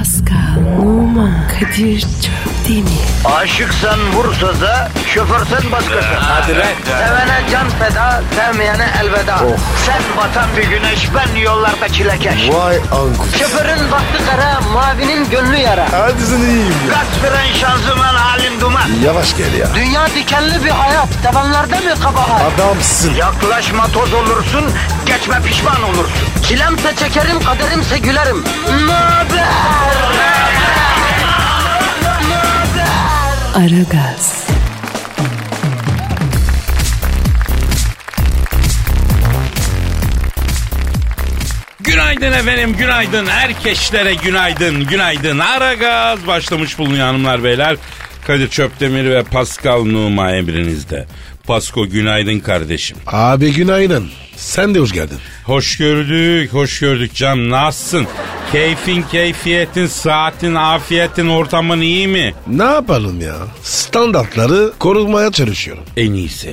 Pascal, Oman, Kadir çok değil mi? Aşıksan vursa da, şoförsen başkasın. Hadi lan. Sevene can feda, sevmeyene elveda. Sen batan bir güneş, ben yollarda çilekeş. Vay anku. Şoförün baktı kara, mavinin gönlü yara. Hadi sen iyiyim ya. Kasperen şanzıman halin duman. Yavaş gel ya. Dünya dikenli bir hayat, sevenlerde mi kabahar? Adamsın. Yaklaşma toz olursun, geçme pişman olursun. Çilemse çekerim, kaderimse gülerim. Möber! Aragaz. Günaydın efendim, günaydın. Herkeşlere günaydın. Aragaz başlamış bulunuyor hanımlar beyler. Kadir Çöptemir ve Pascal Numa emrinizde. Pasko günaydın kardeşim. Abi günaydın. Sen de hoş geldin. Hoş gördük canım. Nasılsın? Keyfin, keyfiyetin, saatin, afiyetin, ortamın iyi mi? Ne yapalım ya? Standartları korumaya çalışıyorum. En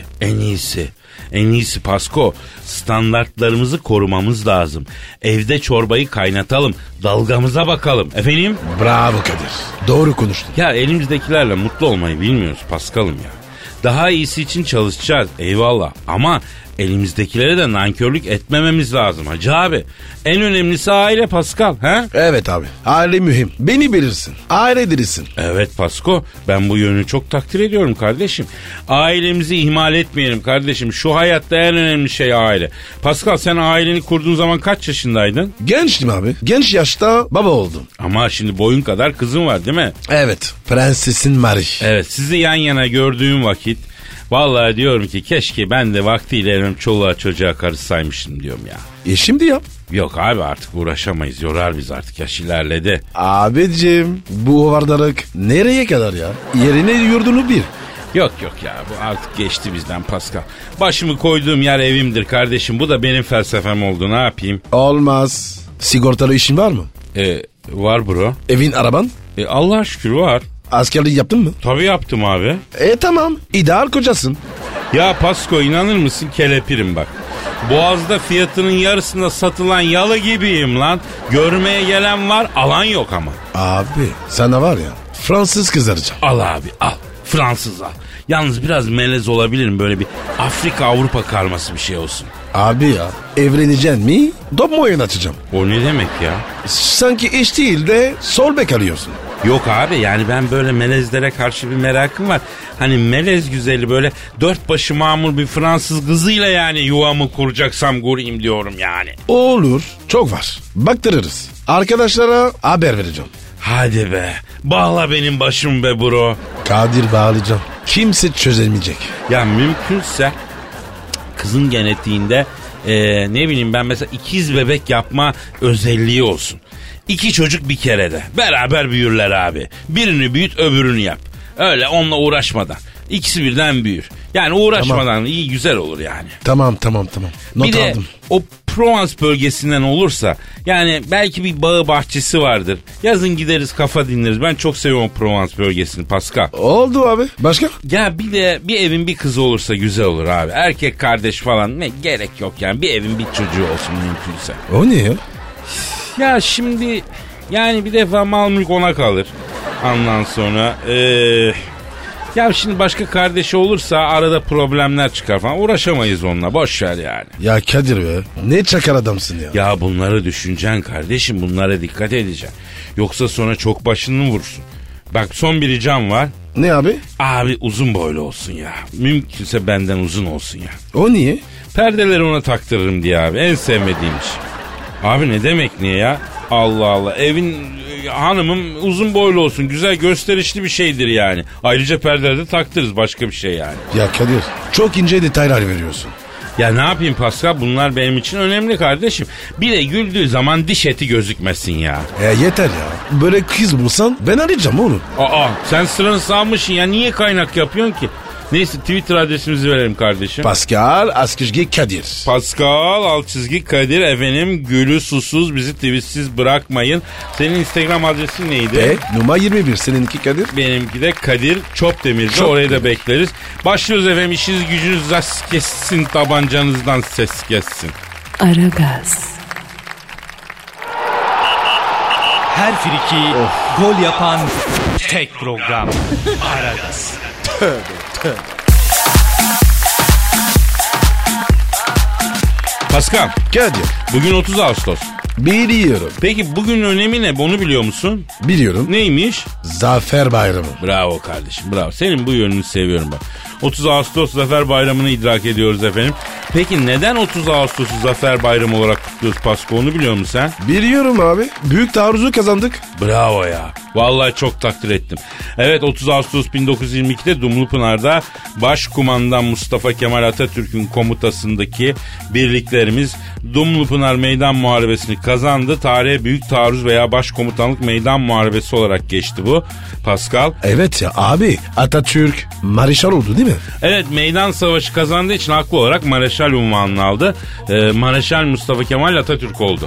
iyisi Pasko. Standartlarımızı korumamız lazım. Evde çorbayı kaynatalım. Dalgamıza bakalım. Efendim? Bravo Kadir. Doğru konuştun. Ya elimizdekilerle mutlu olmayı bilmiyoruz Paskal'ım ya. Daha iyisi için çalışacağız eyvallah ama elimizdekilere de nankörlük etmememiz lazım hacı abi. En önemlisi aile Pascal. He? Evet abi. Aile mühim. Beni bilirsin. Aile dirisin. Evet Pasko, ben bu yönünü çok takdir ediyorum kardeşim. Ailemizi ihmal etmeyelim kardeşim. Şu hayatta en önemli şey aile. Pascal, sen aileni kurduğun zaman kaç yaşındaydın? Gençtim abi. Genç yaşta baba oldum. Ama şimdi boyun kadar kızın var değil mi? Evet. Prensesin Marie. Evet, sizi yan yana gördüğüm vakit vallahi diyorum ki keşke ben de vaktiyle evim çoluğa çocuğa karışsaymışım diyorum ya. Şimdi yap. Yok abi, artık uğraşamayız, yorar biz artık, yaş ilerledi. Abicim bu vardalık nereye kadar ya? Yerine yurdunu bir. Yok ya, bu artık geçti bizden Pascal. Başımı koyduğum yer evimdir kardeşim, bu da benim felsefem oldu, ne yapayım? Olmaz. Sigortalı işin var mı? Var bro. Evin, araban? Allah'a şükür var. Askerlik yaptın mı? Tabii yaptım abi. Tamam. İdeal kocasın. Ya Pasko, inanır mısın, kelepirim bak. Boğaz'da fiyatının yarısında satılan yalı gibiyim lan. Görmeye gelen var, alan yok ama. Abi sana var ya Fransız kız arayacağım. Al abi al. Fransız al. Yalnız biraz melez olabilirim, böyle bir Afrika Avrupa karması bir şey olsun. Abi ya evleneceksin mi? Top mu oyun açacağım? O ne demek ya? Sanki eş değil de sol bek arıyorsun. Yok abi, yani ben böyle melezlere karşı bir merakım var. Hani melez güzeli, böyle dört başı mamur bir Fransız kızıyla yani yuvamı kuracaksam kurayım diyorum yani. Olur, çok var. Baktırırız. Arkadaşlara haber vereceğim. Hadi be, bağla benim başım be bro. Kadir bağlayacağım. Kimse çözemeyecek. Ya mümkünse kızın genetiğinde ne bileyim ben, mesela ikiz bebek yapma özelliği olsun. 2 çocuk bir kerede. Beraber büyürler abi. Birini büyüt, öbürünü yap. Öyle onunla uğraşmadan. İkisi birden büyür. Yani uğraşmadan tamam. İyi, güzel olur yani. Tamam. Not bir de aldım. o Provence bölgesinden olursa, yani belki bir bağı bahçesi vardır. Yazın gideriz, kafa dinleriz. Ben çok seviyorum Provence bölgesini Pascal. Oldu abi. Başka? Ya bir de bir evin bir kızı olursa güzel olur abi. Erkek kardeş falan ne gerek yok yani. Bir evin bir çocuğu olsun mümkünse. O ne ya? Ya şimdi yani bir defa mal mülk ona kalır. Ondan sonra ya şimdi başka kardeşi olursa arada problemler çıkar falan. Uğraşamayız onunla, boş ver yani. Ya Kadir be, ne çakar adamsın ya. Ya bunları düşüneceksin kardeşim, bunlara dikkat edeceksin. Yoksa sonra çok başını vurursun. Bak, son bir ricam var. Ne abi? Abi uzun boylu olsun ya. Mümkünse benden uzun olsun ya. O niye? Perdeleri ona taktırırım diye abi, en sevmediğim şey. Abi ne demek niye ya? Allah Allah, evin hanımım uzun boylu olsun, güzel gösterişli bir şeydir yani. Ayrıca perdeleri de taktırırız, başka bir şey yani. Ya Kadir, çok ince detaylar veriyorsun. Ya ne yapayım Pascal, bunlar benim için önemli kardeşim. Bir de güldüğü zaman diş eti gözükmesin ya. Yeter ya, böyle kız bulsan ben arayacağım oğlum. Sen sıranı sağmışsın ya, niye kaynak yapıyorsun ki? Neyse, Twitter adresimizi verelim kardeşim. Pascal _ Kadir. Pascal _ Kadir efendim, gülü susuz, bizi tweetsiz bırakmayın. Senin Instagram adresin neydi? Numara 21, seninki Kadir. Benimki de Kadir Çopdemir'de, orayı da bekleriz. Başlıyoruz efendim, işiniz gücünüz rast kessin, tabancanızdan ses kessin. Aragaz. Her friki gol yapan tek program. Aragaz. Pascal, Kadir. bugün 30 Ağustos. Biliyorum. Peki bugün önemi ne? Bunu biliyor musun? Biliyorum. Neymiş? Zafer Bayramı. Bravo kardeşim, bravo. Senin bu yönünü seviyorum bak. 30 Ağustos Zafer Bayramı'nı idrak ediyoruz efendim. Peki neden 30 Ağustos'u Zafer Bayramı olarak kutluyoruz Pasko, onu biliyor musun sen? Biliyorum abi. Büyük taarruzu kazandık. Bravo ya. Vallahi çok takdir ettim. Evet, 30 Ağustos 1922'de Dumlupınar'da Başkumandan Mustafa Kemal Atatürk'ün komutasındaki birliklerimiz Dumlupınar Meydan Muharebesi'ni kazandı. Tarihe büyük taarruz veya başkomutanlık meydan muharebesi olarak geçti bu Pascal. Evet ya abi, Atatürk Mareşal oldu değil mi? Evet, meydan savaşı kazandığı için haklı olarak Mareşal unvanını aldı. Mareşal Mustafa Kemal Atatürk oldu.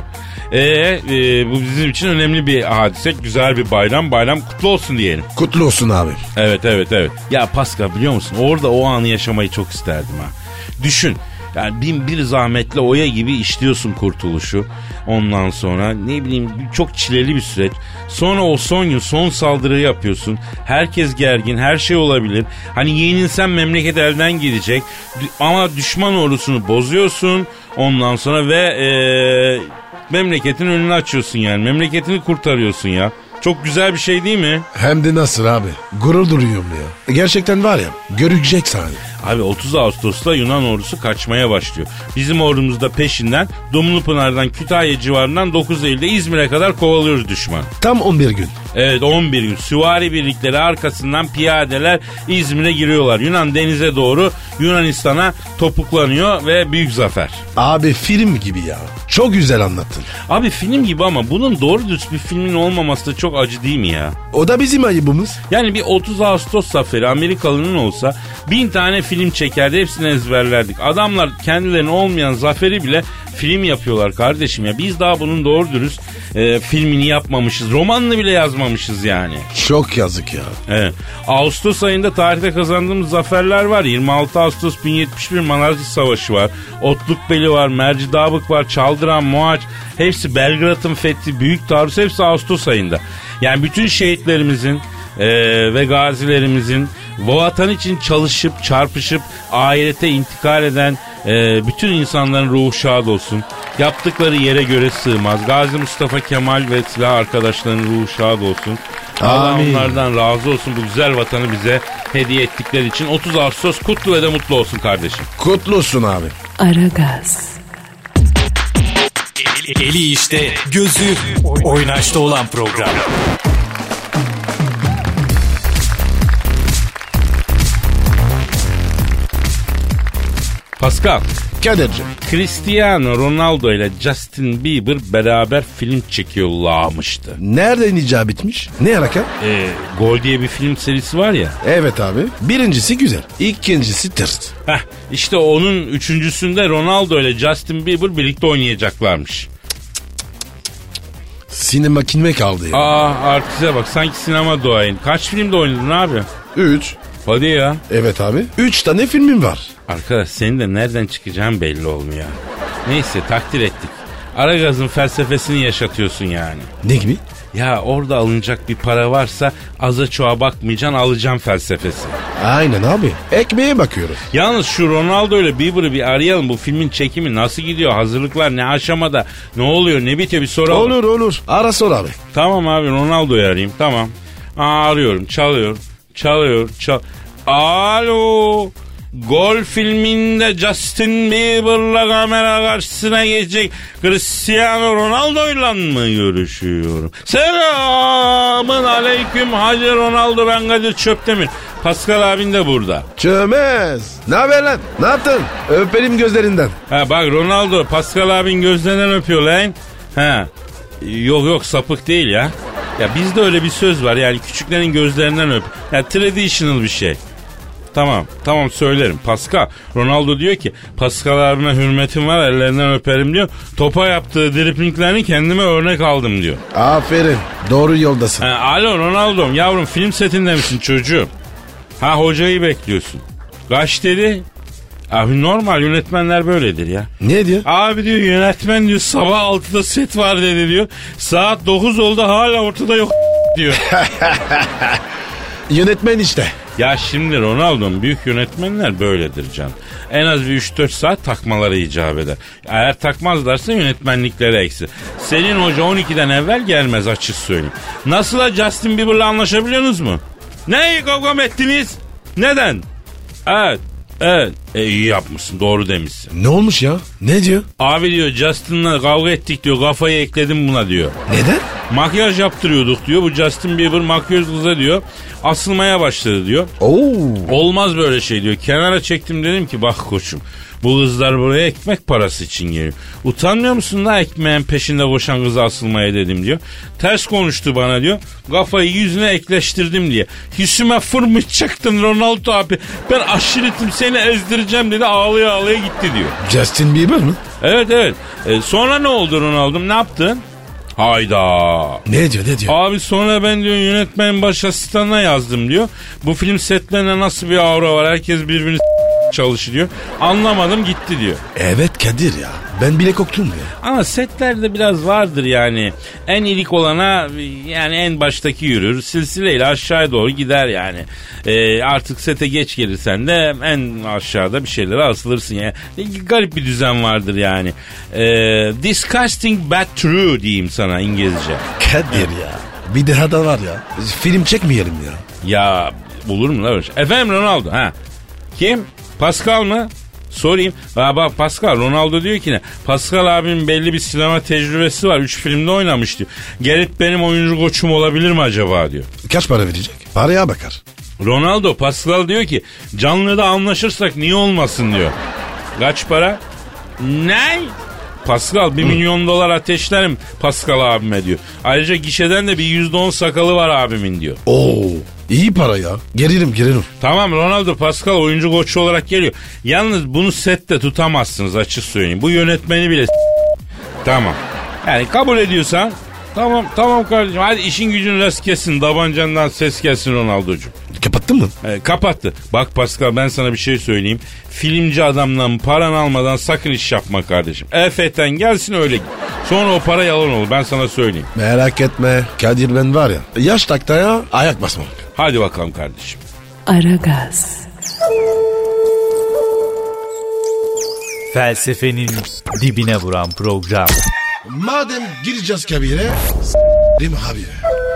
Bu bizim için önemli bir hadise, güzel bir bayram. Bayram kutlu olsun diyelim. Kutlu olsun abi. Evet. Ya Pascal, biliyor musun, orada o anı yaşamayı çok isterdim ha. Düşün. Yani bin bir zahmetle oya gibi işliyorsun kurtuluşu. Ondan sonra ne bileyim çok çileli bir süreç. Sonra o son gün son saldırıyı yapıyorsun. Herkes gergin, her şey olabilir. Hani yenilsen memleket elden gidecek. Ama düşman ordusunu bozuyorsun. Ondan sonra ve memleketin önünü açıyorsun yani. Memleketini kurtarıyorsun ya. Çok güzel bir şey değil mi? Hem de nasıl abi? Gurur duyuyorum ya. Gerçekten var ya, görecek sahne. Abi 30 Ağustos'ta Yunan ordusu kaçmaya başlıyor. Bizim ordumuz da peşinden Dumlupınar'dan Kütahya civarından 9 Eylül'de İzmir'e kadar kovalıyoruz düşman. Tam 11 gün. Evet, 11 gün. Süvari birlikleri arkasından piyadeler İzmir'e giriyorlar. Yunan denize doğru Yunanistan'a topuklanıyor ve büyük zafer. Abi film gibi ya. Çok güzel anlattın. Abi film gibi ama bunun doğru dürüst bir filmin olmaması da çok acı değil mi ya? O da bizim ayıbımız. Yani bir 30 Ağustos zaferi Amerikalı'nın olsa 1000 tane film çekerdi, hepsini ezberlerdik. Adamlar kendilerine olmayan zaferi bile film yapıyorlar kardeşim ya. Biz daha bunun doğru dürüst filmini yapmamışız. Romanını bile yazmamışız yani. Çok yazık ya. Evet. Ağustos ayında tarihte kazandığımız zaferler var. 26 Ağustos 1071 Malazgirt Savaşı var. Otlukbeli var, Mercidabık var, Çaldıran, Mohaç. Hepsi Belgrad'ın fethi, büyük taarruz, hepsi Ağustos ayında. Yani bütün şehitlerimizin ve gazilerimizin bu vatan için çalışıp çarpışıp ahirete intikal eden bütün insanların ruhu şad olsun. Yaptıkları yere göre sığmaz. Gazi Mustafa Kemal ve silah arkadaşlarının ruhu şad olsun. Allah onlardan razı olsun, bu güzel vatanı bize hediye ettikleri için. 30 Ağustos kutlu ve de mutlu olsun kardeşim. Kutlu olsun abi. Aragaz. Eli işte, gözü oynaşta olan program. Pascal, Kadir'cim. Cristiano Ronaldo ile Justin Bieber beraber film çekiyorlarmıştı. Nereden icap etmiş? Ne alaka? Gol diye bir film serisi var ya. Evet abi. Birincisi güzel. İkincisi tırt. İşte onun üçüncüsünde Ronaldo ile Justin Bieber birlikte oynayacaklarmış. Sinema kinme kaldı ya. Artiste bak, sanki sinema duayın. Kaç filmde oynadın abi? 3. Hadi ya. Evet abi. 3 tane filmim var. Arkadaş, senin de nereden çıkacağın belli olmuyor. Neyse, takdir ettik. Aragaz'ın felsefesini yaşatıyorsun yani. Ne gibi? Ya orada alınacak bir para varsa aza çoğa bakmayacaksın, alacaksın felsefesi. Aynen abi. Ekmeğe bakıyoruz. Yalnız şu Ronaldo ile Bieber'ı bir arayalım. Bu filmin çekimi nasıl gidiyor? Hazırlıklar ne aşamada? Ne oluyor? Ne bitiyor? Bir soralım. Olur. Ara sor abi. Tamam abi, Ronaldo'yu arayayım. Tamam. Arıyorum. Çalıyor. Alo. Gol filminde Justin Bieber'la kamera karşısına geçecek Cristiano Ronaldo'yla mı görüşüyorum? Selamın aleyküm Hacı Ronaldo, ben Kadir Çöptemir. Pascal abin de burada. Çömez. Ne haber lan? Ne yaptın? Öpelim gözlerinden. Bak Ronaldo, Pascal abin gözlerinden öpüyor lan. Yok sapık değil ya. Ya bizde öyle bir söz var, yani küçüklerin gözlerinden öp. Ya traditional bir şey. Tamam söylerim. Pascal, Ronaldo diyor ki Pascal abime hürmetim var, ellerinden öperim diyor. Topa yaptığı driplinglerini kendime örnek aldım diyor. Aferin, doğru yoldasın. Alo Ronaldo'm yavrum, film setinde misin çocuğum? Hocayı bekliyorsun. Kaç dedi? Abi normal yönetmenler böyledir ya. Ne diyor? Abi diyor yönetmen diyor sabah 6'da set var dedi diyor. Saat 9 oldu hala ortada yok diyor. Yönetmen işte. Ya şimdi Ronaldo'nun büyük yönetmenler böyledir can. En az bir 3-4 saat takmaları icap eder. Eğer takmazlarsa yönetmenlikleri eksi. Selin Hoca 12'den evvel gelmez açık söyleyeyim. Nasıl Justin Bieber'la anlaşabiliyorsunuz mu? Ne kavga mı ettiniz? Neden? Evet. Evet. İyi yapmışsın. Doğru demişsin. Ne olmuş ya? Ne diyor? Abi diyor Justin'la kavga ettik diyor. Kafayı ekledim buna diyor. Neden? Makyaj yaptırıyorduk diyor. Bu Justin Bieber makyaj kıza diyor. Asılmaya başladı diyor. Oo. Olmaz böyle şey diyor. Kenara çektim dedim ki bak koçum. Bu kızlar buraya ekmek parası için geliyor. Utanmıyor musun da ekmeğin peşinde koşan kıza asılmaya dedim diyor. Ters konuştu bana diyor. Kafayı yüzüne ekleştirdim diye. Yüzüme fırmış çaktın Ronaldo abi. Ben aşiretim seni ezdireceğim dedi. Ağlaya ağlaya gitti diyor. Justin Bieber mi? Evet evet. Sonra ne oldu Ronaldo'm ne yaptın? Hayda. Ne diyor? Abi sonra ben diyor yönetmenin baş asistanına yazdım diyor. Bu film setlerine nasıl bir aura var herkes birbirini çalışıyor. Anlamadım gitti diyor. Evet Kadir ya. Ben bile korktum ya. Ama setlerde biraz vardır yani. En ilik olana yani en baştaki yürür. Silsileyle aşağıya doğru gider yani. Artık sete geç gelirsen de en aşağıda bir şeylere asılırsın yani. Garip bir düzen vardır yani. Disgusting but true diyeyim sana İngilizce. Kadir ya. Bir daha da var ya. Film çekmeyelim ya. Ya olur mu lan? Efendim Ronaldo ha. Kim? Pascal mı? Sorayım. Bak Pascal Ronaldo diyor ki ne? Pascal abimin belli bir sinema tecrübesi var. 3 filmde oynamış diyor. Gelip benim oyuncu koçum olabilir mi acaba diyor. Kaç para verecek? Paraya bakar. Ronaldo Pascal diyor ki canlıda anlaşırsak niye olmasın diyor. Kaç para? Ne? Pascal $1 milyon ateşlerim Pascal abime diyor. Ayrıca gişeden de bir %10 sakalı var abimin diyor. Oo, iyi para ya. Gelirim. Tamam Ronaldo Pascal oyuncu koçu olarak geliyor. Yalnız bunu sette tutamazsınız açık söyleyeyim. Bu yönetmeni bile Tamam. Yani kabul ediyorsan tamam kardeşim hadi işin gücün rast kesin. Tabancandan ses gelsin Ronaldo'cum. Kapattın mı? Kapattı. Bak Pascal ben sana bir şey söyleyeyim. Filmci adamdan paran almadan sakın iş yapma kardeşim. EFT'den gelsin öyle git. Sonra o para yalan olur ben sana söyleyeyim. Merak etme Kadir ben var ya. Yaş taktaya ayak basmamak. Hadi bakalım kardeşim. Aragaz. Felsefenin dibine vuran program. Madem gireceğiz kabire değil mi abi?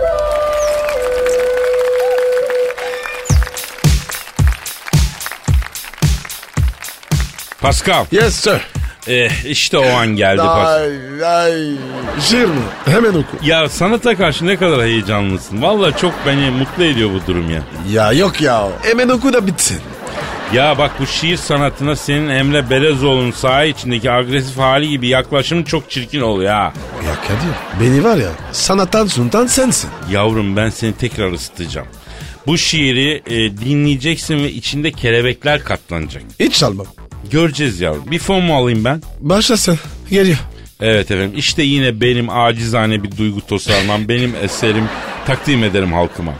Pascal. Yes sir. İşte o an geldi Pascal. Ay. Şiir mi? Hemen oku. Ya sanata karşı ne kadar heyecanlısın. Vallahi çok beni mutlu ediyor bu durum ya. Ya yok ya. Hemen oku da bitsin. Ya bak bu şiir sanatına senin Emre Belezoğlu'nun saha içindeki agresif hali gibi yaklaşımın çok çirkin oluyor ha. Ya Kadir beni var ya sanattan suntan sensin. Yavrum ben seni tekrar ısıtacağım. Bu şiiri dinleyeceksin ve içinde kelebekler katlanacak. Hiç çalmam. Göreceğiz yavrum. Bir fon mu alayım ben? Başla sen. Geliyor. Evet efendim işte yine benim acizane bir duygu tosarmam. Benim eserim takdim ederim halkıma.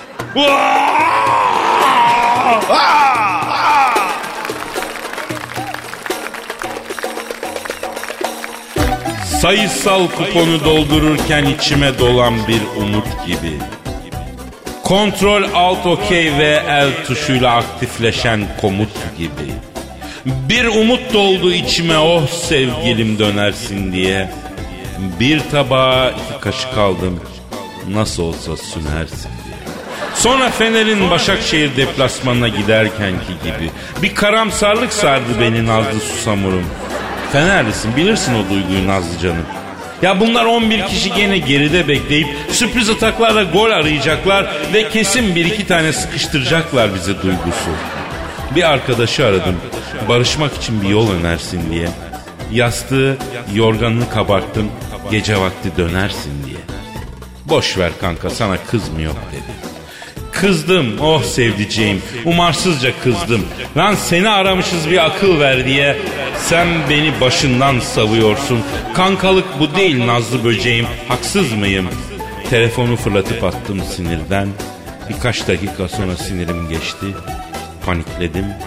Sayısal kuponu doldururken içime dolan bir umut gibi. Kontrol Alt OK ve el tuşuyla aktifleşen komut gibi. Bir umut doldu içime oh sevgilim dönersin diye. Bir tabağa 2 kaşık aldım nasıl olsa sünersin diye. Sonra Fener'in Başakşehir deplasmanına giderkenki gibi bir karamsarlık sardı beni nazlı susamurum. Fenerlisin bilirsin o duyguyu nazlı canım. Ya bunlar 11 kişi gene geride bekleyip sürpriz ataklarla gol arayacaklar ve kesin 1-2 tane sıkıştıracaklar bize duygusu. Bir arkadaşı aradım barışmak için bir yol önersin diye. Yastığı yorganını kabarttım gece vakti dönersin diye. Boş ver kanka sana kız mı yok dedi. Kızdım oh sevdiceğim umarsızca kızdım. Lan seni aramışız bir akıl ver diye. Sen beni başından savuyorsun. Kankalık bu değil nazlı böceğim. Haksız mıyım? Telefonu fırlatıp attım sinirden. Birkaç dakika sonra sinirim geçti. Panikledim.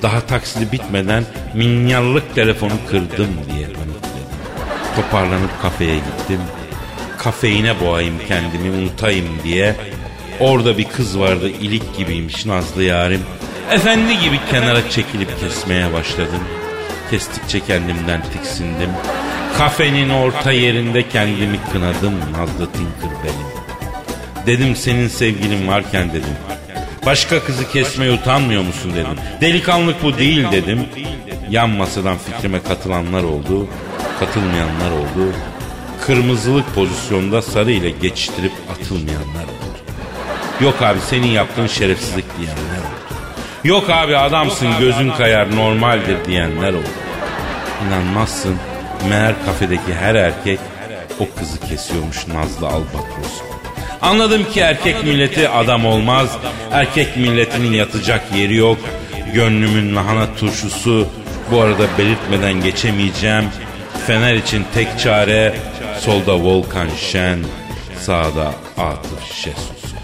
Daha taksidi bitmeden minyarlık telefonu kırdım diye panikledim. Toparlanıp kafeye gittim. Kafeine boğayım kendimi, unutayım diye. Orada bir kız vardı, ilik gibiymiş Nazlı yarim. Efendi gibi kenara çekilip kesmeye başladım. Kestikçe kendimden tiksindim. Kafenin orta yerinde kendimi kınadım, Nazlı Tinker benim. Dedim senin sevgilin varken dedim. Başka kızı kesmeye utanmıyor musun dedim. Delikanlık bu değil dedim. Yan masadan fikrime katılanlar oldu, katılmayanlar oldu. Kırmızılık pozisyonda sarı ile geçiştirip atılmayanlar oldu. Yok abi senin yaptığın şerefsizlik diyenler oldu. Yok abi adamsın gözün kayar normaldir diyenler oldu. İnanmazsın meğer kafedeki her erkek o kızı kesiyormuş Nazlı Albatros. Anladım ki erkek milleti adam olmaz. Erkek milletinin yatacak yeri yok. Gönlümün lahana turşusu. Bu arada belirtmeden geçemeyeceğim. Fener için tek çare. Solda Volkan Şen, sağda Atıf Şesus.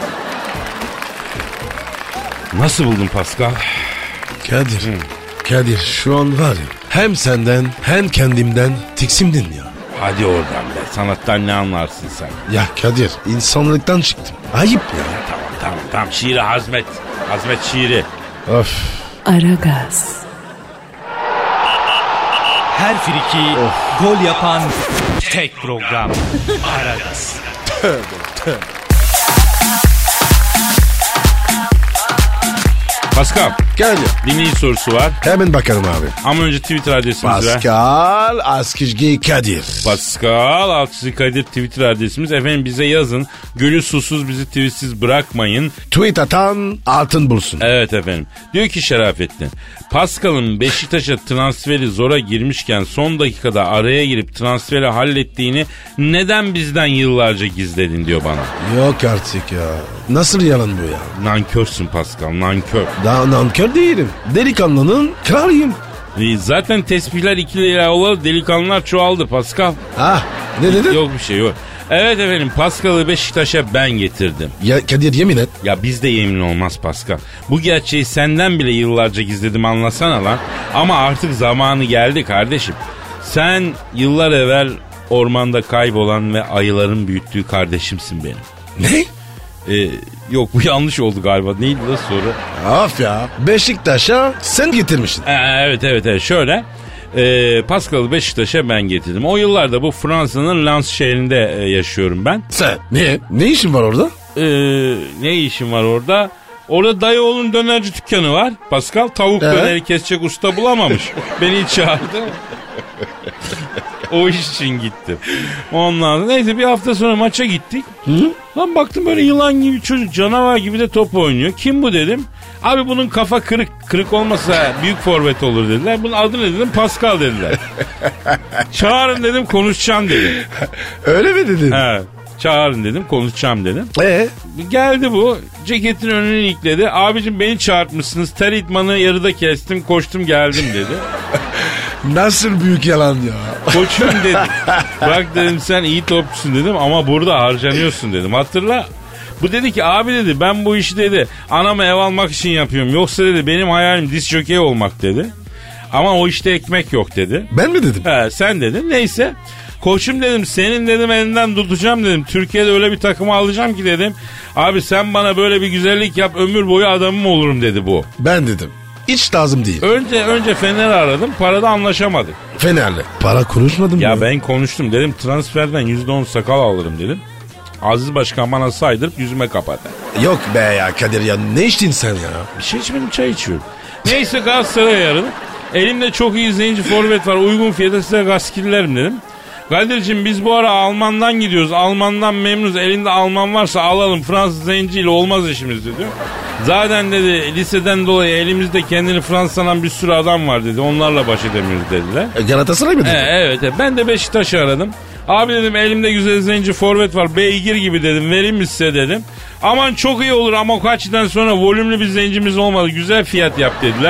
Nasıl buldun Pascal? Kadir şu an var ya hem senden hem kendimden tiksimdin ya. Hadi oradan be. Sanattan ne anlarsın sen? Ya Kadir insanlıktan çıktım. Ayıp ya. Tamam. Şiiri hazmet. Hazmet şiiri. Of. Aragaz. Her friki gol yapan tek program. Aragaz. Pascal, Kadir. dinleyici sorusu var. Hemen bakalım abi. Ama önce Twitter adresimiz ver. Pascal Askizgi Kadir. Pascal Askizgi Kadir Twitter adresimiz. Efendim bize yazın. Gölü susuz bizi tweetsiz bırakmayın. Tweet atan altın bulsun. Evet efendim. Diyor ki Şerafettin. Pascal'ın Beşiktaş'a transferi zora girmişken son dakikada araya girip transferi hallettiğini neden bizden yıllarca gizledin diyor bana. Yok artık ya. Nasıl yalan bu ya? Nankörsün Pascal, nankör. Daha nankör değilim. Delikanlının kralıyım. Zaten tesbihler 2 lira olalı delikanlılar çoğaldı Pascal. Ah ne dedin? Yok bir şey yok. Evet efendim Pascal'ı Beşiktaş'a ben getirdim. Ya Kadir yemin et. Ya bizde yemin olmaz Pascal. Bu gerçeği senden bile yıllarca gizledim anlasana lan. Ama artık zamanı geldi kardeşim. Sen yıllar evvel ormanda kaybolan ve ayıların büyüttüğü kardeşimsin benim. Ne? Yok bu yanlış oldu galiba. Neydi la soru? Of ya. Beşiktaş'a sen getirmişsin. Evet. Şöyle. Pascal'ı Beşiktaş'a ben getirdim. O yıllarda bu Fransa'nın Lens şehrinde yaşıyorum ben. Sen? Niye? Ne işin var orada? Ne işin var orada? Orada dayıoğlunun dönerci dükkanı var. Pascal tavuk döneri kesecek usta bulamamış. Beni çağırdı. O iş için gittim. Ondan sonra neyse bir hafta sonra maça gittik. Lan baktım böyle yılan gibi çocuk canavar gibi de top oynuyor. Kim bu dedim. Abi bunun kafa kırık. Kırık olmasa büyük forvet olur dediler. Bunun adı ne dedim? Pascal dediler. Çağırın dedim konuşacağım dedim. Öyle mi dedin? He. Çağırın dedim konuşacağım dedim. Geldi bu ceketin önünü ilikledi. Abicim beni çağırtmışsınız ter itmanı yarıda kestim koştum geldim dedi. Nasıl büyük yalan ya. Koçum dedim. Bak dedim sen iyi topçusun dedim ama burada harcanıyorsun dedim. Hatırla. Bu dedi ki abi dedi ben bu işi dedi anama ev almak için yapıyorum. Yoksa dedi benim hayalim disk jokey olmak dedi. Ama o işte ekmek yok dedi. Ben mi dedim? He sen dedin neyse. Koçum dedim senin dedim elinden tutacağım dedim. Türkiye'de öyle bir takımı alacağım ki dedim. Abi sen bana böyle bir güzellik yap ömür boyu adamım olurum dedi bu. Ben dedim. Hiç lazım değil. Önce Fener'i aradım. Parada anlaşamadık. Fener'le. Para konuşmadım ya. Ya Ben konuştum dedim transferden %10 sakal alırım dedim. Aziz Başkan bana saydırıp yüzüme kapattı. Yok be ya Kadir ya ne içtin sen ya? Bir şey içmedim çay içiyorum. Neyse Galatasaray'a aradım. Elimde çok iyi zenci forvet var uygun fiyata size gaz kirlerim dedim. Kadir'cim biz bu ara Alman'dan gidiyoruz. Alman'dan memnunuz. Elinde Alman varsa alalım. Fransız zenciyle olmaz işimiz dedi. Zaten dedi liseden dolayı elimizde kendini Fransız sanan bir sürü adam var dedi. Onlarla baş edemiyoruz dediler. Galatasaray mı dedi? Evet. Ben de Beşiktaş'ı aradım. Abi dedim elimde güzel zenci forvet var. Beygir gibi dedim. Vereyim mi size dedim. Aman çok iyi olur ama kaçtan sonra volümlü bir zencimiz olmadı. Güzel fiyat yap dediler.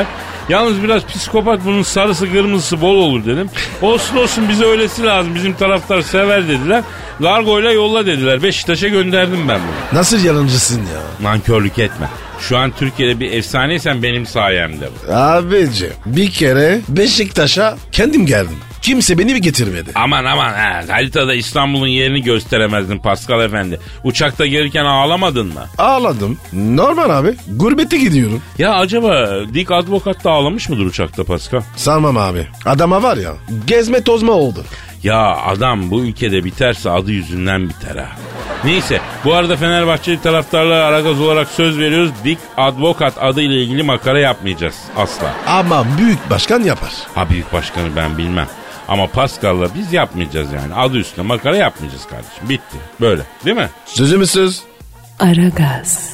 Yalnız biraz psikopat, bunun sarısı kırmızısı bol olur dedim. Olsun bize öylesi lazım, bizim taraftar sever dediler. Largo'yla yolla dediler. Beşiktaş'a gönderdim ben bunu. Nasıl yalancısın ya? Nankörlük etme. Şu an Türkiye'de bir efsaneysen benim sayemde bu. Abici bir kere Beşiktaş'a kendim geldim. Kimse beni getirmedi. Aman haritada İstanbul'un yerini gösteremezdin Pascal Efendi. Uçakta gelirken ağlamadın mı? Ağladım. Normal abi. Gurbete gidiyorum. Ya acaba Dick Advokat da ağlamış mıdır uçakta Pascal? Sanmam abi. Adama var ya gezme tozma oldu. Ya adam bu ülkede biterse adı yüzünden biter ha. Neyse, bu arada Fenerbahçeli taraftarlara Aragaz olarak söz veriyoruz. Dick Advokat adıyla ilgili makara yapmayacağız asla. Ama büyük başkan yapar. Ha, büyük başkanı ben bilmem. Ama Pascal'la biz yapmayacağız yani. Adı üstüne makara yapmayacağız kardeşim. Bitti. Böyle değil mi? Sözümüz söz. Aragaz.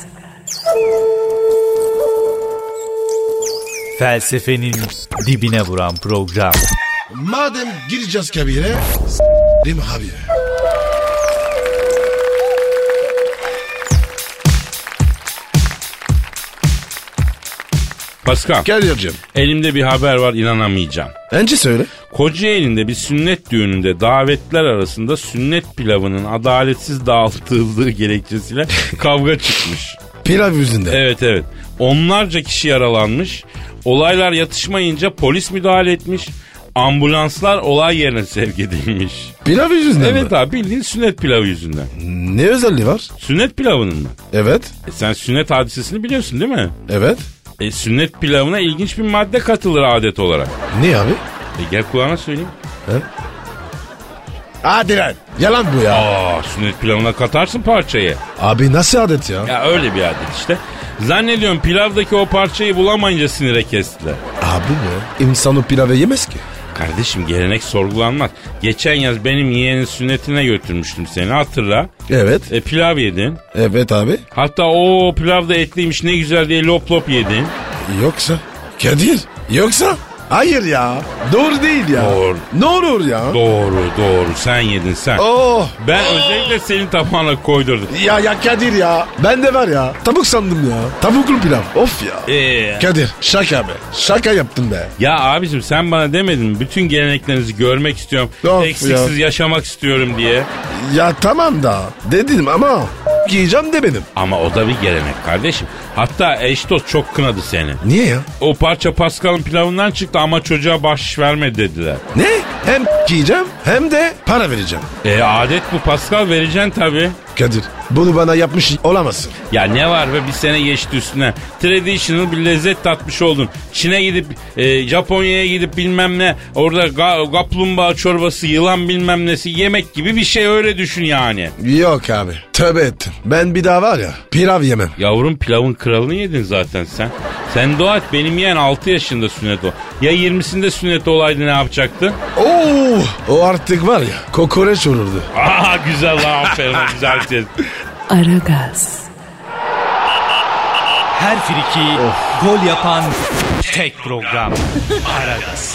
Felsefenin dibine vuran program. Madem gireceğiz kabire, değil mi abi? Pascal, Kadir'cim. elimde bir haber var, inanamayacağım. Önce söyle. Kocaeli'nde bir sünnet düğününde davetliler arasında sünnet pilavının adaletsiz dağıtıldığı gerekçesiyle kavga çıkmış. Pilav yüzünden. Evet. Onlarca kişi yaralanmış. Olaylar yatışmayınca polis müdahale etmiş. Ambulanslar olay yerine sevk edilmiş. Pilav yüzünden Evet mi? abi, bildiğin sünnet pilavı yüzünden. Ne özelliği var? Sünnet pilavının mı? Evet. Sen sünnet hadisesini biliyorsun değil mi? Evet. Sünnet pilavına ilginç bir madde katılır adet olarak. Ne abi? Gel kulağına söyleyeyim. Hadi lan. Yalan bu ya. Sünnet pilavına katarsın parçayı. Abi nasıl adet ya? Ya öyle bir adet işte. Zannediyorum pilavdaki o parçayı bulamayınca sinire kestiler. Abi ne? İnsan o pilavı yemez ki. Kardeşim, gelenek sorgulanmaz. Geçen yaz benim yeğenin sünnetine götürmüştüm seni, hatırla. Evet. Pilav yedin. Evet abi. Hatta o pilav da etliymiş ne güzel diye lop lop yedin. Yoksa? Kadir. Yoksa? Hayır ya. Doğru değil ya. Doğru. Ne olur ya? Doğru sen yedin sen. Oh. Ben özellikle senin tabağına koydurdum. Ya Kadir ya. Ben de var ya. Tavuk sandım ya. Tavuklu pilav. Of ya. Kadir şaka be. Şaka yaptın be. Ya abicim, sen bana demedin mi? Bütün geleneklerinizi görmek istiyorum. Of eksiksiz yaşamak istiyorum diye. Ya tamam da. Dedim ama giyeceğim de benim. Ama o da bir gelenek kardeşim. Hatta eş dost çok kınadı seni. Niye ya? O parça Pascal'ın pilavından çıktı ama çocuğa bahşiş vermedi dediler. Ne? Hem giyeceğim hem de para vereceğim. Adet bu Pascal, vereceksin tabii. Kadir bunu bana yapmış olamazsın. Ya ne var be, bir sene geçti üstüne. Traditional bir lezzet tatmış oldun. Çin'e gidip Japonya'ya gidip bilmem ne, orada kaplumbağa çorbası, yılan bilmem nesi yemek gibi bir şey, öyle düşün yani. Yok abi tövbe ettim. Ben bir daha var ya pilav yemem. Yavrum, pilavın kralını yedin zaten sen. Sen dua et, benim yeğen 6 yaşında sünnet o. Ya 20'sinde sünnet olaydı ne yapacaktın? O artık var ya kokoreç olurdu. Güzel lan, aferin, güzel ses. Aragaz. Her friki gol yapan tek program. Aragaz.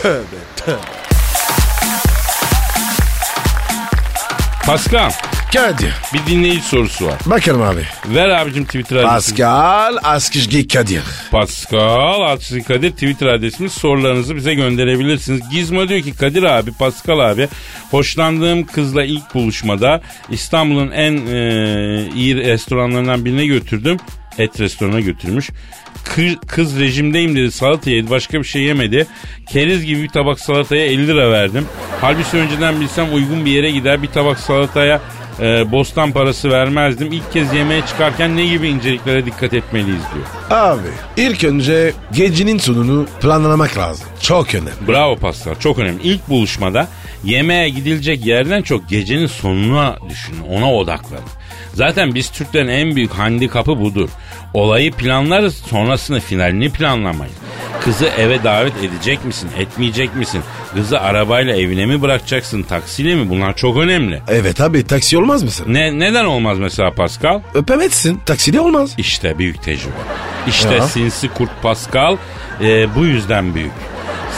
Pascal, Kadir. bir dinleyici sorusu var. Bakalım abi. Ver abicim Twitter adresini. Pascal Askizgi Kadir. Pascal Askizgi Kadir Twitter adresimiz. Sorularınızı bize gönderebilirsiniz. Gizmo diyor ki, Kadir abi, Pascal abi, hoşlandığım kızla ilk buluşmada İstanbul'un en iyi restoranlarından birine götürdüm. Et restoranına götürmüş. Kız rejimdeyim dedi, salata yedi, başka bir şey yemedi. Keriz gibi bir tabak salataya 50 lira verdim. Halbuki önceden bilsem uygun bir yere gider, bir tabak salataya bostan parası vermezdim. İlk kez yemeğe çıkarken ne gibi inceliklere dikkat etmeliyiz diyor. Abi ilk önce gecenin sonunu planlamak lazım. Çok önemli. Bravo Pascal, çok önemli. İlk buluşmada yemeğe gidilecek yerden çok gecenin sonuna düşünün, ona odaklanın. Zaten biz Türklerin en büyük handikapı budur. Olayı planlarız, sonrasını, finalini planlamayız. Kızı eve davet edecek misin, etmeyecek misin? Kızı arabayla evine mi bırakacaksın, taksiyle mi? Bunlar çok önemli. Evet abi, taksi olmaz mısın? Neden olmaz mesela Pascal? Öpemezsin, takside olmaz. İşte büyük tecrübe. İşte ya. Sinsi Kurt Pascal bu yüzden büyük.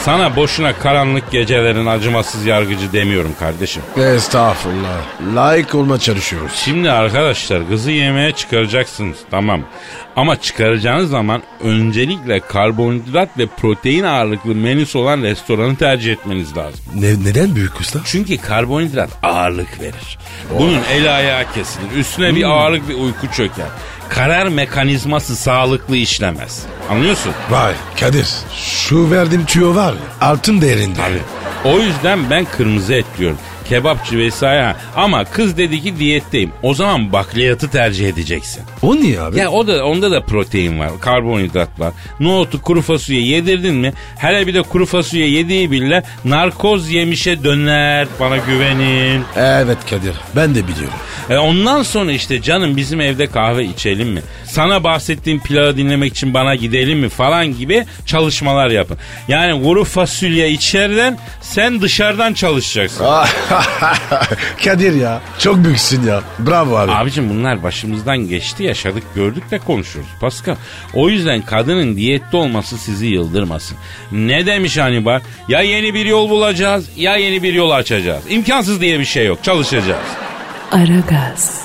Sana boşuna karanlık gecelerin acımasız yargıcı demiyorum kardeşim. Estağfurullah. Layık olma çalışıyoruz. Şimdi arkadaşlar kızı yemeğe çıkaracaksınız, tamam. Ama çıkaracağınız zaman öncelikle karbonhidrat ve protein ağırlıklı menüsü olan restoranı tercih etmeniz lazım. Neden büyük usta? Çünkü karbonhidrat ağırlık verir. Bunun eli ayağı kesilir. Üstüne bir ağırlık bir uyku çöker. Karar mekanizması sağlıklı işlemez. Anlıyorsun? Vay Kadir, şu verdiğim tüyo var ya, altın değerinde. Tabii. O yüzden ben kırmızı et diyorum. Kebapçı vesaire. Ama kız dedi ki diyetteyim. O zaman bakliyatı tercih edeceksin. O niye abi? Ya onda da protein var, karbonhidrat var. Nohutu, kuru fasulye yedirdin mi? Hele bir de kuru fasulye yediği bile narkoz yemişe döner. Bana güvenin. Evet Kadir, ben de biliyorum. Ondan sonra işte canım bizim evde kahve içelim mi? Sana bahsettiğim pilavı dinlemek için bana gidelim mi falan gibi çalışmalar yapın. Yani kuru fasulye içeriden, sen dışarıdan çalışacaksın. Kadir ya, çok büyüksün ya. Bravo abi. Abicim bunlar başımızdan geçti, yaşadık, gördük de konuşuyoruz Pascal. O yüzden kadının diyette olması sizi yıldırmasın. Ne demiş Hannibal? Ya yeni bir yol bulacağız ya yeni bir yol açacağız. İmkansız diye bir şey yok, çalışacağız. Aragaz.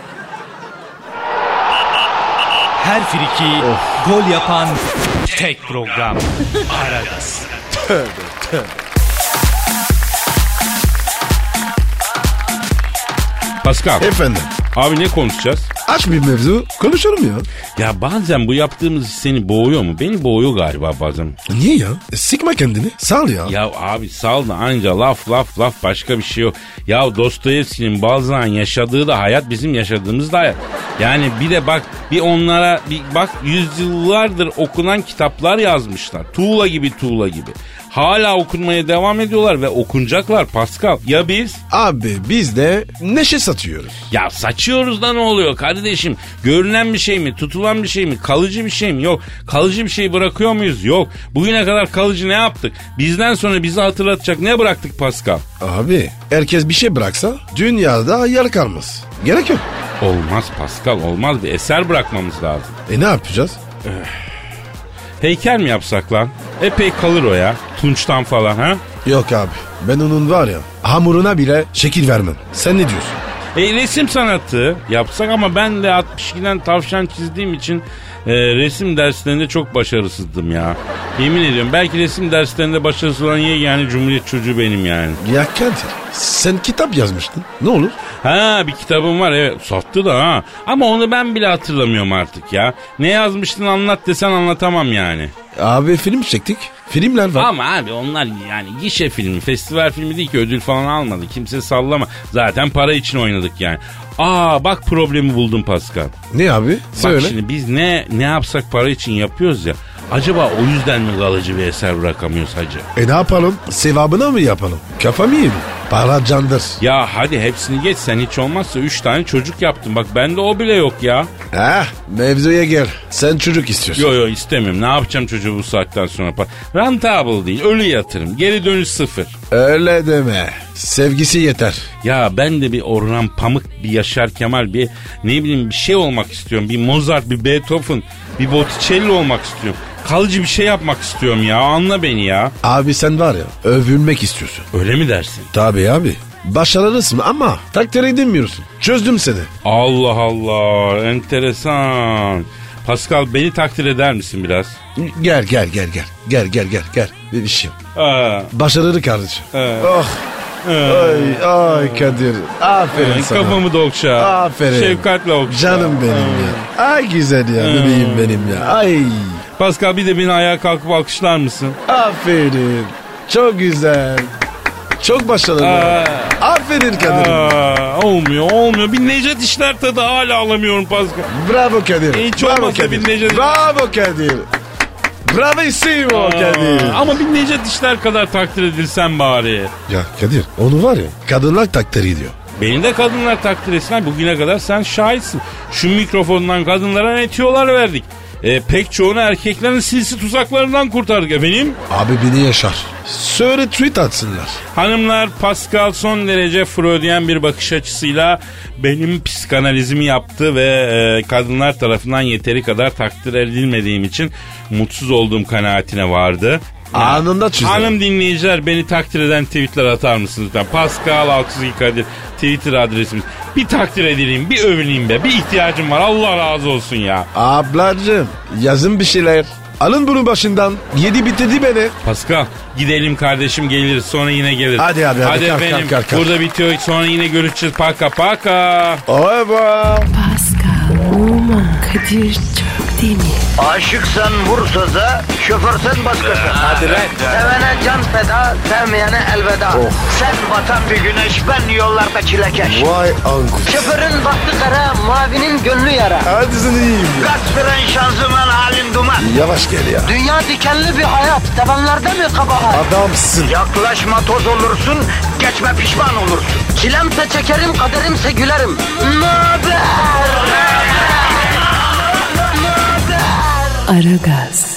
Her friki gol yapan tek program. Aragaz. Pascal. Efendim. Abi ne konuşacağız? Aç bir mevzu, konuşalım ya. Ya bazen bu yaptığımız seni boğuyor mu? Beni boğuyor galiba bazen. Niye ya? Sıkma kendini, sal ya. Ya abi sal da anca laf başka bir şey yok. Ya Dostoyevski'nin Balzac'ın yaşadığı da hayat, bizim yaşadığımız da hayat. Yani bir de bak, bir onlara bir bak, yüzyıllardır okunan kitaplar yazmışlar. Tuğla gibi. Hala okunmaya devam ediyorlar ve okunacaklar Pascal. Ya biz? Abi biz de neşe satıyoruz. Ya saçıyoruz da ne oluyor kardeşim? Görünen bir şey mi? Tutulan bir şey mi? Kalıcı bir şey mi? Yok. Kalıcı bir şey bırakıyor muyuz? Yok. Bugüne kadar kalıcı ne yaptık? Bizden sonra bizi hatırlatacak ne bıraktık Pascal? Abi herkes bir şey bıraksa dünyada yer kalmaz. Gerek yok. Olmaz Pascal, olmaz, bir eser bırakmamız lazım. Ne yapacağız? Heykel mi yapsak lan? Epey kalır o ya. Tunçtan falan ha? Yok abi, ben onun var ya hamuruna bile şekil vermem. Sen ne diyorsun? Resim sanatı yapsak ama ben de 62'den tavşan çizdiğim için resim derslerinde çok başarısızdım ya. Yemin ediyorum, belki resim derslerinde başarısız olan yegane Cumhuriyet çocuğu benim yani. Ya Kadir, sen kitap yazmıştın. Ne olur? Ha, bir kitabım var, evet, sattı da ha. Ama onu ben bile hatırlamıyorum artık ya. Ne yazmıştın anlat desen anlatamam yani. Abi film çektik. Filmler var. Ama abi onlar yani gişe filmi, festival filmi değil ki, ödül falan almadı. Kimse sallama. Zaten para için oynadık yani. Bak problemi buldum Pascal. Ne abi? Söyle. Bak şimdi biz ne yapsak para için yapıyoruz ya. Acaba o yüzden mi kalıcı bir eser bırakamıyoruz hacı? Ne yapalım? Sevabına mı yapalım? Kafa mı yedin? Para candır. Ya hadi hepsini geç, sen hiç olmazsa 3 tane çocuk yaptın. Bak bende o bile yok ya. Mevzuya gel. Sen çocuk istiyorsun. Yo istemiyorum. Ne yapacağım çocuğu bu saatten sonra? Rentable değil, ölü yatırım. Geri dönüş sıfır. Öyle deme. Sevgisi yeter. Ya ben de bir Orhan Pamuk, bir Yaşar Kemal, bir ne bileyim bir şey olmak istiyorum. Bir Mozart, bir Beethoven, bir Botticelli olmak istiyorum. Kalıcı bir şey yapmak istiyorum ya, anla beni ya. Abi sen var ya, övülmek istiyorsun. Öyle mi dersin? Tabii abi. Başarılısın ama takdir edilmiyorsun. Çözdüm seni. Allah Allah, enteresan. Pascal, beni takdir eder misin biraz? Gel. Gel. Bir şey. Başarılı kardeşim. Oh. Ay Kadir. Aferin sana. Kafamı da okşa. Aferin. Şefkatle okşa. Canım benim ya. Ay güzel ya, bebeğim benim ya. Ay. Pascal, bir de beni ayağa kalkıp alkışlar mısın? Aferin. Çok güzel. Çok başarılı. Aferin Kadir. Olmuyor. Bir Necdet İşler tadı hala alamıyorum Pascal. Bravo Kadir. Hiç Bravo olmazsa Kadir. bir Necdet. Bravo Kadir. Bravissimo Kadir. Ama bir Necdet İşler kadar takdir edilsen bari. Ya Kadir, onu var ya, kadınlar takdir ediyor. Beni de kadınlar takdir etsin. Bugüne kadar sen şahitsin. Şu mikrofondan kadınlara ne tüyolar verdik. Pek çoğunu erkeklerin sinsi tuzaklarından kurtardık efendim. Abi beni yaşar. Söyle tweet atsınlar. Hanımlar, Pascal son derece Freudyen bir bakış açısıyla benim psikanalizimi yaptı ve kadınlar tarafından yeteri kadar takdir edilmediğim için mutsuz olduğum kanaatine vardı. Anında çözer. Hanım dinleyiciler, beni takdir eden tweetler atar mısınız lütfen? Pascal Altçizgi Kadir Twitter adresimiz. Bir takdir edileyim, bir övüneyim be. Bir ihtiyacım var, Allah razı olsun ya. Ablacığım yazın bir şeyler. Alın bunu başından. Yedi bitirdi beni. Pascal gidelim kardeşim, geliriz sonra yine geliriz. Hadi abi, hadi. Kalk, efendim, kalk. burada bitiyor, sonra yine görüşeceğiz. Paka paka. Au revoir. Pascal, Oman, Kadir çok değil mi? Aşıksan vursa da, şoförsen başkasın. Hadi lan. Sevene can feda, sevmeyene elveda. Sen batan bir güneş, ben yollarda çilekeş. Vay anku. Şoförün baktı kara, mavinin gönlü yara. Hadi sen iyiyim ya. Kasperen şanzıman halin duman. Yavaş gel ya. Dünya dikenli bir hayat, sevenlerde mi kabahar? Adamsın. Yaklaşma toz olursun, geçme pişman olursun. Çilemse çekerim, kaderimse gülerim. Möber! Aragaz.